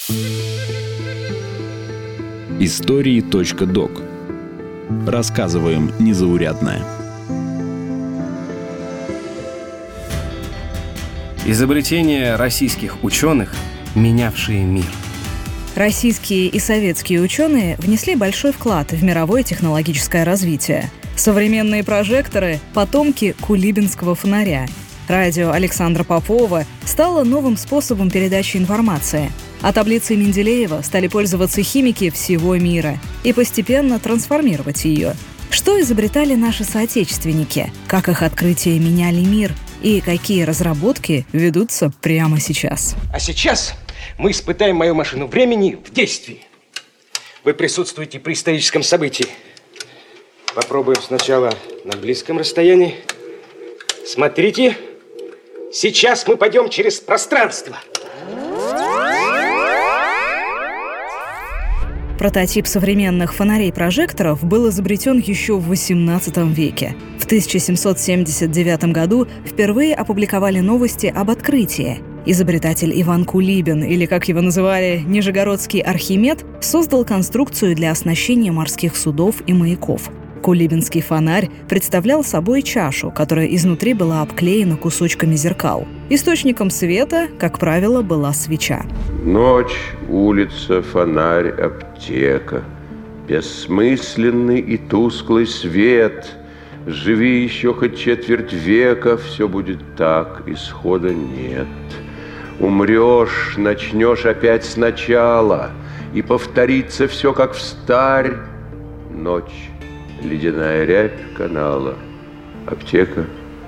Истории.док. Рассказываем незаурядное. Изобретения российских ученых, менявшие мир. Российские и советские ученые внесли большой вклад в мировое технологическое развитие. Современные прожекторы – потомки кулибинского фонаря. Радио Александра Попова стало новым способом передачи информации. А таблицей Менделеева стали пользоваться химики всего мира и постепенно трансформировать ее. Что изобретали наши соотечественники? Как их открытия меняли мир? И какие разработки ведутся прямо сейчас? А сейчас мы испытаем мою машину времени в действии. Вы присутствуете при историческом событии. Попробуем сначала на близком расстоянии. Смотрите, сейчас мы пойдем через пространство. Прототип современных фонарей-прожекторов был изобретен еще в XVIII веке. В 1779 году впервые опубликовали новости об открытии. Изобретатель Иван Кулибин, или, как его называли, нижегородский Архимед, создал конструкцию для оснащения морских судов и маяков. Кулибинский фонарь представлял собой чашу, которая изнутри была обклеена кусочками зеркал. Источником света, как правило, была свеча. Ночь, улица, фонарь, аптека. Бессмысленный и тусклый свет. Живи еще хоть четверть века, все будет так, исхода нет. Умрешь, начнешь опять сначала, и повторится все, как встарь. Ночь. Ледяная рябь канала, аптека,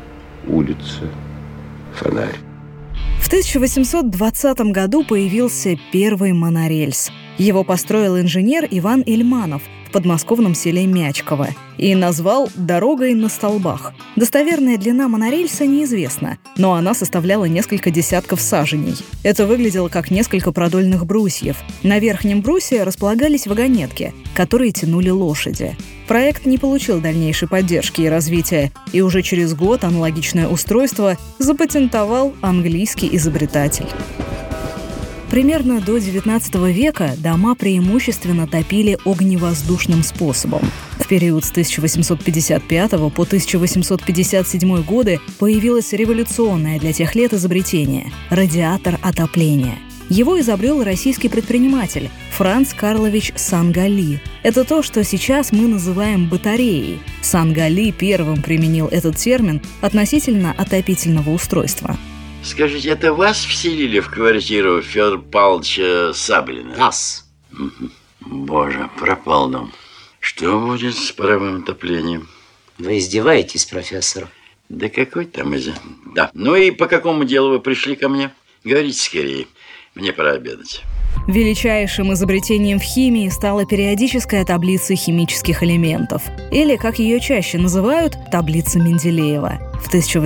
улица, фонарь. В 1820 году появился первый монорельс. Его построил инженер Иван Ильманов в подмосковном селе Мячково и назвал «дорогой на столбах». Достоверная длина монорельса неизвестна, но она составляла несколько десятков саженей. Это выглядело как несколько продольных брусьев. На верхнем брусе располагались вагонетки, которые тянули лошади. Проект не получил дальнейшей поддержки и развития, и уже через год аналогичное устройство запатентовал английский изобретатель. Примерно до XIX века дома преимущественно топили огневоздушным способом. В период с 1855 по 1857 годы появилось революционное для тех лет изобретение – радиатор отопления. Его изобрел российский предприниматель Франц Карлович Сан-Гали. Это то, что сейчас мы называем батареей. Сан-Гали первым применил этот термин относительно отопительного устройства. Скажите, это вас вселили в квартиру Федора Павловича Саблина? Нас. Боже, пропал дом. Что будет с паровым отоплением? Вы издеваетесь, профессор? Да какой там из... Да. Ну и по какому делу вы пришли ко мне? Говорите скорее. Мне пора обедать. Величайшим изобретением в химии стала периодическая таблица химических элементов, или, как ее чаще называют, таблица Менделеева. В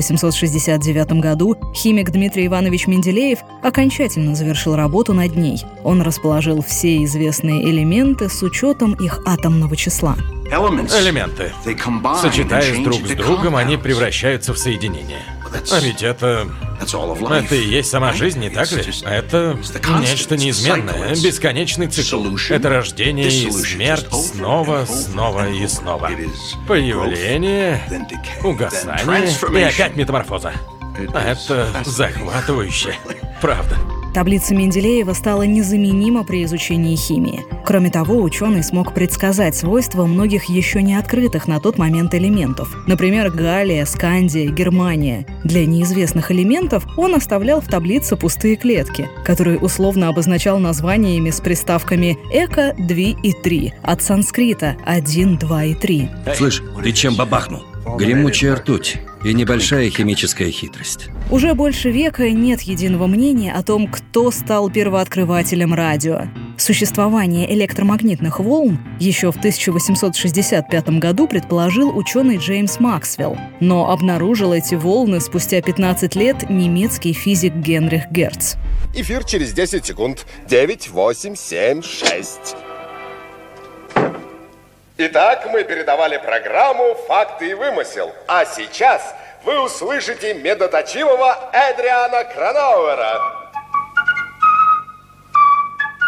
1869 году химик Дмитрий Иванович Менделеев окончательно завершил работу над ней. Он расположил все известные элементы с учетом их атомного числа. Элементы. Сочетаясь друг с другом, они превращаются в соединение. А ведь это и есть сама жизнь, не так ли? Это нечто неизменное, бесконечный цикл. Это рождение и смерть снова, снова и снова. Появление, угасание и опять метаморфоза. А это захватывающе, правда. Таблица Менделеева стала незаменима при изучении химии. Кроме того, ученый смог предсказать свойства многих еще не открытых на тот момент элементов. Например, галлия, скандия, германия. Для неизвестных элементов он оставлял в таблице пустые клетки, которые условно обозначал названиями с приставками «эко», «дви» и «три» от санскрита «1», «2» и «3». Слышь, ты чем бабахнул? Гремучая ртуть и небольшая химическая хитрость. Уже больше века нет единого мнения о том, кто стал первооткрывателем радио. Существование электромагнитных волн еще в 1865 году предположил ученый Джеймс Максвелл, но обнаружил эти волны спустя 15 лет немецкий физик Генрих Герц. Эфир через 10 секунд. 9, 8, 7, 6. Итак, мы передавали программу «Факты и вымысел». А сейчас вы услышите медоточивого Эдриана Кранауэра.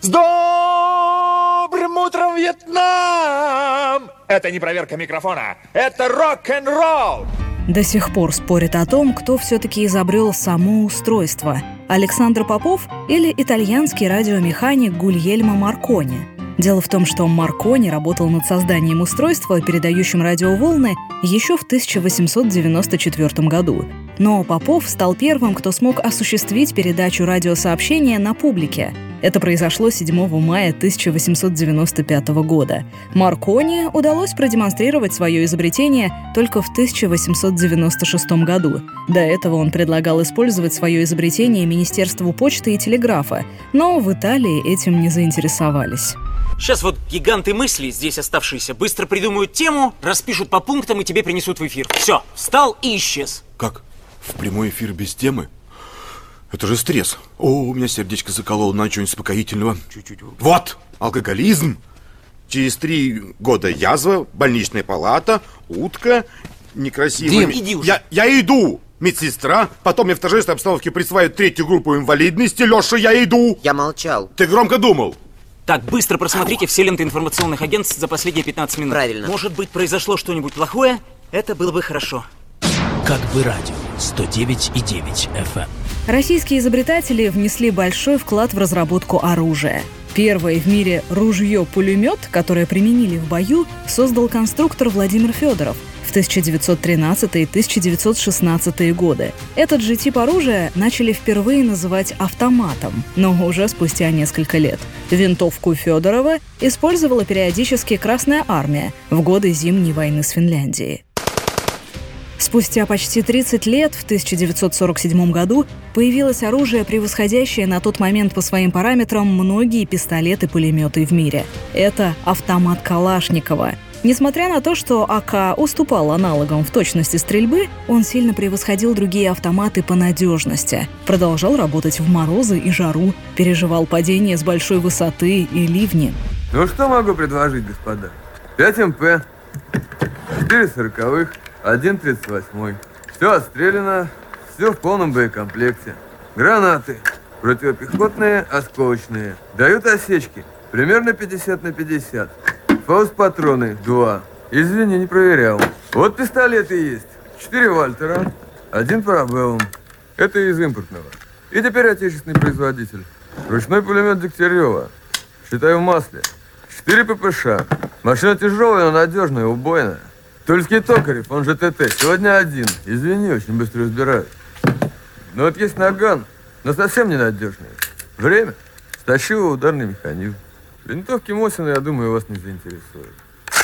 С добрым утром, Вьетнам! Это не проверка микрофона, это рок-н-ролл! До сих пор спорят о том, кто все-таки изобрел само устройство – Александр Попов или итальянский радиомеханик Гульельмо Маркони. Дело в том, что Маркони работал над созданием устройства, передающим радиоволны, еще в 1894 году. Но Попов стал первым, кто смог осуществить передачу радиосообщения на публике. Это произошло 7 мая 1895 года. Маркони удалось продемонстрировать свое изобретение только в 1896 году. До этого он предлагал использовать свое изобретение Министерству почты и телеграфа, но в Италии этим не заинтересовались. Сейчас вот гиганты мысли, здесь оставшиеся, быстро придумают тему, распишут по пунктам и тебе принесут в эфир. Все, встал и исчез. Как? В прямой эфир без темы? Это же стресс. О, у меня сердечко закололо, надо что-нибудь успокоительного. Чуть-чуть. Вот, алкоголизм. Через 3 года язва, больничная палата, утка, некрасивая... Дим, иди уже. Я иду! Медсестра, потом мне в торжественной обстановке присваивают 3-ю группу инвалидности. Леша, я иду! Я молчал. Ты громко думал. Так, быстро просмотрите все ленты информационных агентств за последние 15 минут. Правильно. Может быть, произошло что-нибудь плохое? Это было бы хорошо. Как бы радио 109,9 FM. Российские изобретатели внесли большой вклад в разработку оружия. Первое в мире ружье-пулемет, которое применили в бою, создал конструктор Владимир Федоров в 1913-1916 годы. Этот же тип оружия начали впервые называть автоматом, но уже спустя несколько лет. Винтовку Федорова использовала периодически Красная армия в годы Зимней войны с Финляндией. Спустя почти 30 лет, в 1947 году, появилось оружие, превосходящее на тот момент по своим параметрам многие пистолеты-пулеметы в мире. Это автомат Калашникова. Несмотря на то, что АК уступал аналогам в точности стрельбы, он сильно превосходил другие автоматы по надежности. Продолжал работать в морозы и жару, переживал падение с большой высоты и ливни. Ну что могу предложить, господа? 5 МП, 4 40-х, 1 38-й. Все отстреляно, все в полном боекомплекте. Гранаты противопехотные, осколочные. Дают осечки, примерно 50 на 50. Фаust-патроны 2. Извини, не проверял. Вот пистолеты есть. 4 Вальтера, 1 Парабеллум. Это из импортного. И теперь отечественный производитель. Ручной пулемет Дегтярева. Считаю в масле. 4 ППШ. Машина тяжелая, но надежная, убойная. Тульский Токарев, он же ТТ. Сегодня 1. Извини, очень быстро разбираюсь. Но вот есть наган, но совсем ненадежный. Время. Стащил ударный механизм. Винтовки Мосина, я думаю, вас не заинтересуют.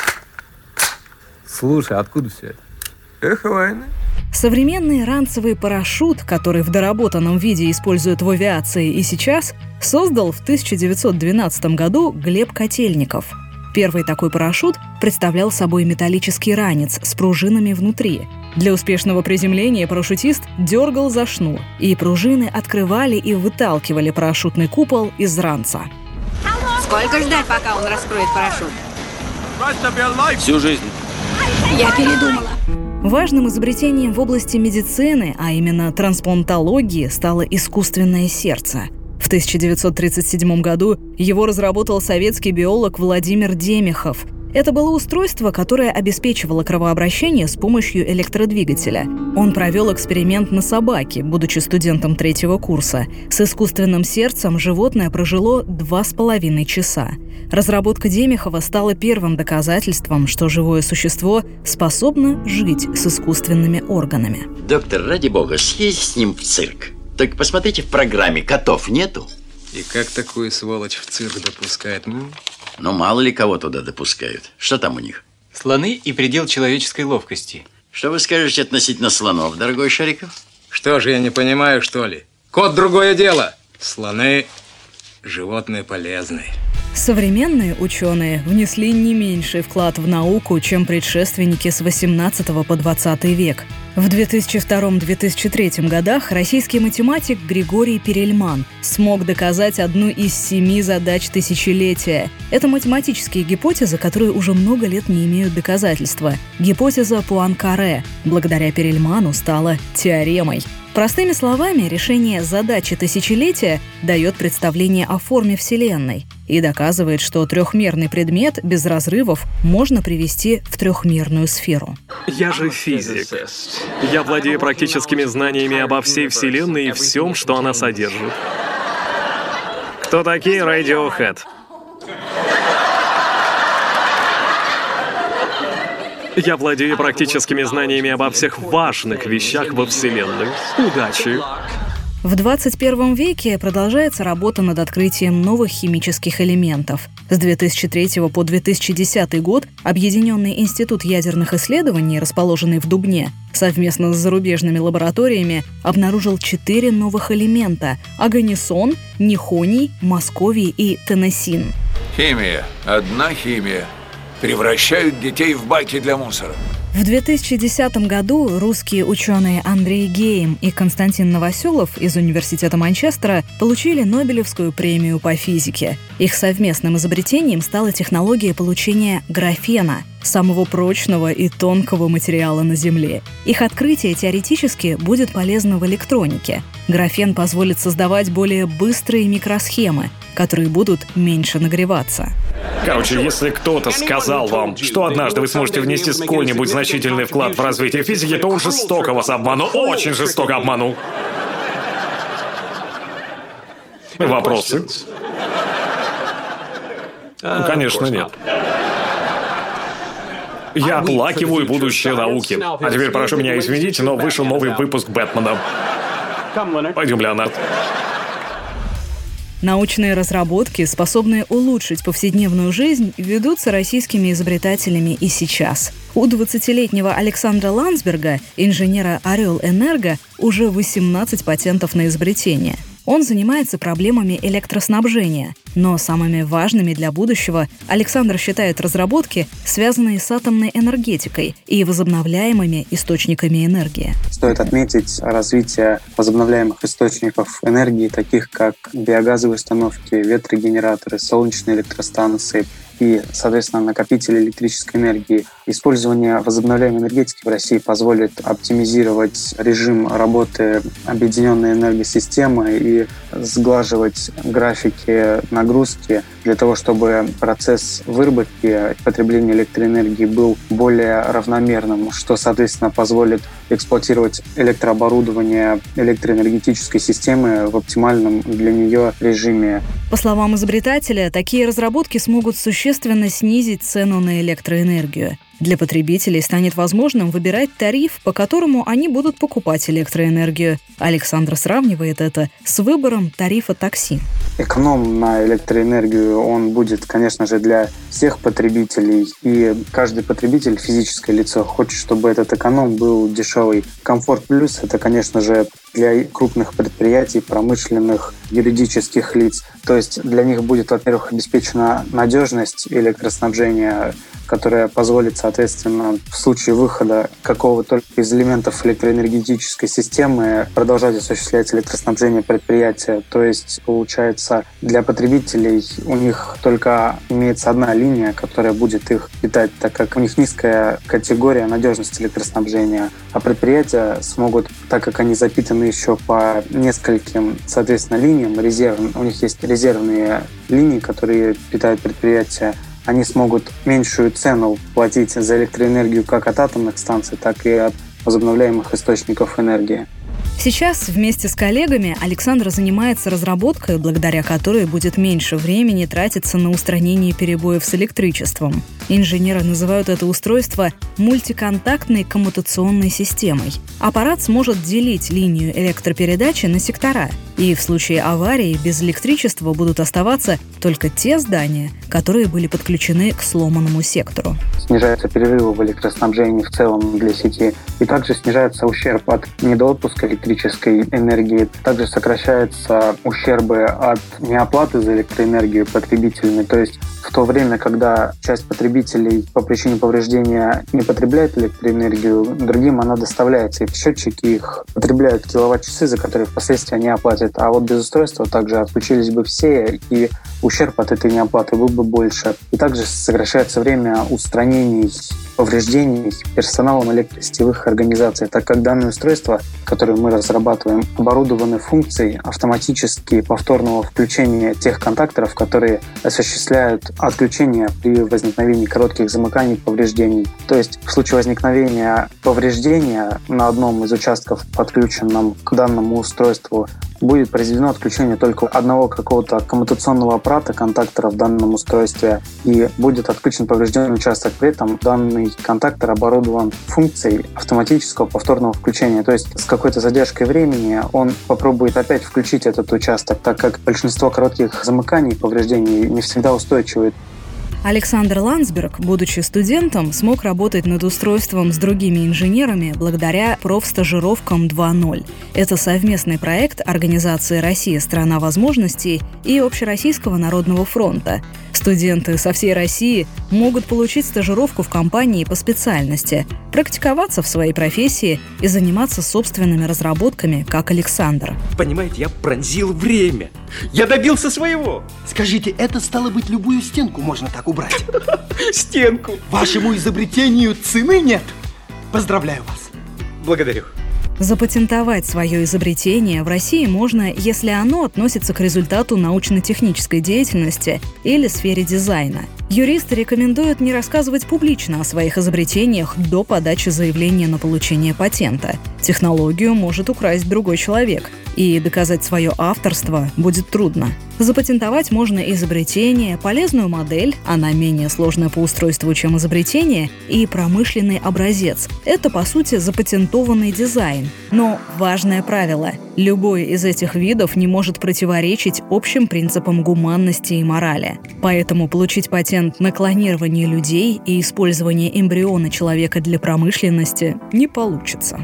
Слушай, откуда все это? Эхо войны. Современный ранцевый парашют, который в доработанном виде используют в авиации и сейчас, создал в 1912 году Глеб Котельников. Первый такой парашют представлял собой металлический ранец с пружинами внутри. Для успешного приземления парашютист дергал за шнур, и пружины открывали и выталкивали парашютный купол из ранца. Сколько ждать, пока он раскроет парашют? Всю жизнь. Я передумала. Важным изобретением в области медицины, а именно трансплантологии, стало искусственное сердце. В 1937 году его разработал советский биолог Владимир Демихов. Это было устройство, которое обеспечивало кровообращение с помощью электродвигателя. Он провел эксперимент на собаке, будучи студентом 3-го курса. С искусственным сердцем животное прожило 2,5 часа. Разработка Демихова стала первым доказательством, что живое существо способно жить с искусственными органами. Доктор, ради бога, съезди с ним в цирк. Только посмотрите, в программе котов нету. И как такую сволочь в цирк допускает? Ну, мало ли кого туда допускают. Что там у них? Слоны и предел человеческой ловкости. Что вы скажете относительно слонов, дорогой Шариков? Что же, я не понимаю, что ли? Кот – другое дело. Слоны – животные полезные. Современные ученые внесли не меньший вклад в науку, чем предшественники с 18 по 20 век. В 2002-2003 годах российский математик Григорий Перельман смог доказать одну из 7 задач тысячелетия. Это математические гипотезы, которые уже много лет не имеют доказательства. Гипотеза Пуанкаре благодаря Перельману стала теоремой. Простыми словами, решение задачи тысячелетия дает представление о форме Вселенной и доказывает, что трехмерный предмет без разрывов можно привести в трехмерную сферу. Я же физик. Я владею практическими знаниями обо всей Вселенной и всем, что она содержит. Кто такие Radiohead? Я владею практическими знаниями обо всех важных вещах во Вселенной. Удачи! В 21 веке продолжается работа над открытием новых химических элементов. С 2003 по 2010 год Объединенный институт ядерных исследований, расположенный в Дубне, совместно с зарубежными лабораториями обнаружил 4 новых элемента – аганисон, нихоний, московий и теннесин. Химия. Одна химия. Превращают детей в баки для мусора. В 2010 году русские ученые Андрей Гейм и Константин Новоселов из Университета Манчестера получили Нобелевскую премию по физике. Их совместным изобретением стала технология получения графена – самого прочного и тонкого материала на Земле. Их открытие теоретически будет полезно в электронике. Графен позволит создавать более быстрые микросхемы, которые будут меньше нагреваться. Короче, если кто-то сказал вам, что однажды вы сможете внести сколь-нибудь значительный вклад в развитие физики, то он жестоко вас обманул, очень жестоко обманул. Вопросы? Конечно, нет. Я оплакиваю будущее науки. А теперь прошу меня извинить, но вышел новый выпуск Бэтмена. Пойдем, Леонард. Научные разработки, способные улучшить повседневную жизнь, ведутся российскими изобретателями и сейчас. У 20-летнего Александра Ландсберга, инженера «Орел Энерго», уже 18 патентов на изобретение. Он занимается проблемами электроснабжения, но самыми важными для будущего Александр считает разработки, связанные с атомной энергетикой и возобновляемыми источниками энергии. Стоит отметить развитие возобновляемых источников энергии, таких как биогазовые установки, ветрогенераторы, солнечные электростанции и, соответственно, накопители электрической энергии. Использование возобновляемой энергетики в России позволит оптимизировать режим работы объединенной энергосистемы и сглаживать графики нагрузки для того, чтобы процесс выработки и потребления электроэнергии был более равномерным, что, соответственно, позволит эксплуатировать электрооборудование электроэнергетической системы в оптимальном для нее режиме. По словам изобретателя, такие разработки смогут существенно снизить цену на электроэнергию. Для потребителей станет возможным выбирать тариф, по которому они будут покупать электроэнергию. Александр сравнивает это с выбором тарифа такси. Эконом на электроэнергию, он будет, конечно же, для всех потребителей. И каждый потребитель, физическое лицо, хочет, чтобы этот эконом был дешевый. Комфорт плюс – это, конечно же, для крупных предприятий, промышленных, юридических лиц. То есть для них будет, во-первых, обеспечена надежность электроснабжения, которая позволит, соответственно, в случае выхода какого-то из элементов электроэнергетической системы продолжать осуществлять электроснабжение предприятия. То есть, получается, для потребителей у них только имеется одна линия, которая будет их питать, так как у них низкая категория надежности электроснабжения. А предприятия смогут, так как они запитаны еще по нескольким, соответственно, линиям, у них есть резервные линии, которые питают предприятия, они смогут меньшую цену платить за электроэнергию как от атомных станций, так и от возобновляемых источников энергии. Сейчас вместе с коллегами Александр занимается разработкой, благодаря которой будет меньше времени тратиться на устранение перебоев с электричеством. Инженеры называют это устройство мультиконтактной коммутационной системой. Аппарат сможет делить линию электропередачи на сектора, и в случае аварии без электричества будут оставаться только те здания, которые были подключены к сломанному сектору. Снижаются перерывы в электроснабжении в целом для сети, и также снижается ущерб от недоотпуска электрической энергии. Также сокращаются ущербы от неоплаты за электроэнергию потребителями. То есть в в то время, когда часть потребителей по причине повреждения не потребляет электроэнергию, другим она доставляется, и счетчики их потребляют киловатт-часы, за которые впоследствии они оплатят. А вот без устройства также отключились бы все, и ущерб от этой неоплаты был бы больше. И также сокращается время устранений повреждений персоналом электросетевых организаций, так как данные устройства, которые мы разрабатываем, оборудованы функцией автоматически повторного включения тех контакторов, которые осуществляют отключение при возникновении коротких замыканий и повреждений. То есть в случае возникновения повреждения на одном из участков, подключенном к данному устройству, будет произведено отключение только одного какого-то коммутационного аппарата, контактора в данном устройстве, и будет отключен поврежденный участок. При этом данный контактор оборудован функцией автоматического повторного включения. То есть с какой-то задержкой времени он попробует опять включить этот участок, так как большинство коротких замыканий и повреждений не всегда устойчивы. Александр Ландсберг, будучи студентом, смог работать над устройством с другими инженерами благодаря профстажировкам 2.0. Это совместный проект организации «Россия – страна возможностей» и Общероссийского народного фронта. Студенты со всей России могут получить стажировку в компании по специальности, практиковаться в своей профессии и заниматься собственными разработками, как Александр. Понимаете, я пронзил время. Я добился своего. Скажите, это стало быть, любую стенку можно так убрать? Стенку. Вашему изобретению цены нет. Поздравляю вас. Благодарю. Запатентовать свое изобретение в России можно, если оно относится к результату научно-технической деятельности или сфере дизайна. Юристы рекомендуют не рассказывать публично о своих изобретениях до подачи заявления на получение патента. Технологию может украсть другой человек, и доказать свое авторство будет трудно. Запатентовать можно изобретение, полезную модель, она менее сложная по устройству, чем изобретение, и промышленный образец. Это, по сути, запатентованный дизайн. Но важное правило – любой из этих видов не может противоречить общим принципам гуманности и морали. Поэтому получить патент на клонирование людей и использование эмбриона человека для промышленности не получится.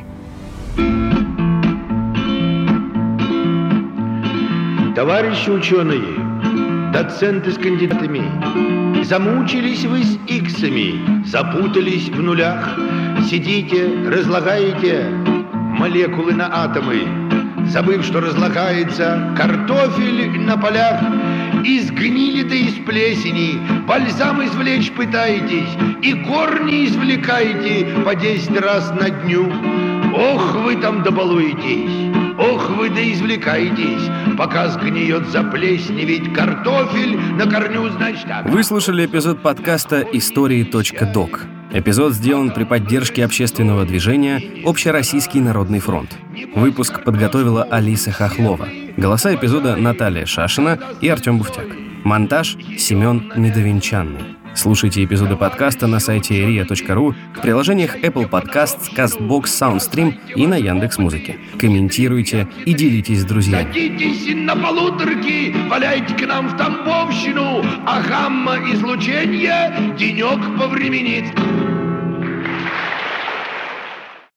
Товарищи ученые, доценты с кандидатами, замучились вы с иксами, запутались в нулях, сидите, разлагаете молекулы на атомы, забыв, что разлагается картофель на полях, из гнили да из плесени бальзам извлечь пытаетесь и корни извлекаете по 10 раз на дню. Ох, вы там добалуетесь! Ох, вы да извлекаетесь, пока сгниет, заплесневеет картофель на корню, значит так. Вы слушали эпизод подкаста «Истории.док». Эпизод сделан при поддержке общественного движения «Общероссийский народный фронт». Выпуск подготовила Алиса Хохлова. Голоса эпизода Наталья Шашина и Артем Буфтяк. Монтаж Семен Недовенчанный. Слушайте эпизоды подкаста на сайте ria.ru, в приложениях Apple Podcasts, CastBox, SoundStream и на Яндекс.Музыке. Комментируйте и делитесь с друзьями. Садитесь на полуторки, валяйте к нам в Тамбовщину, а гамма-излучение денек повременит.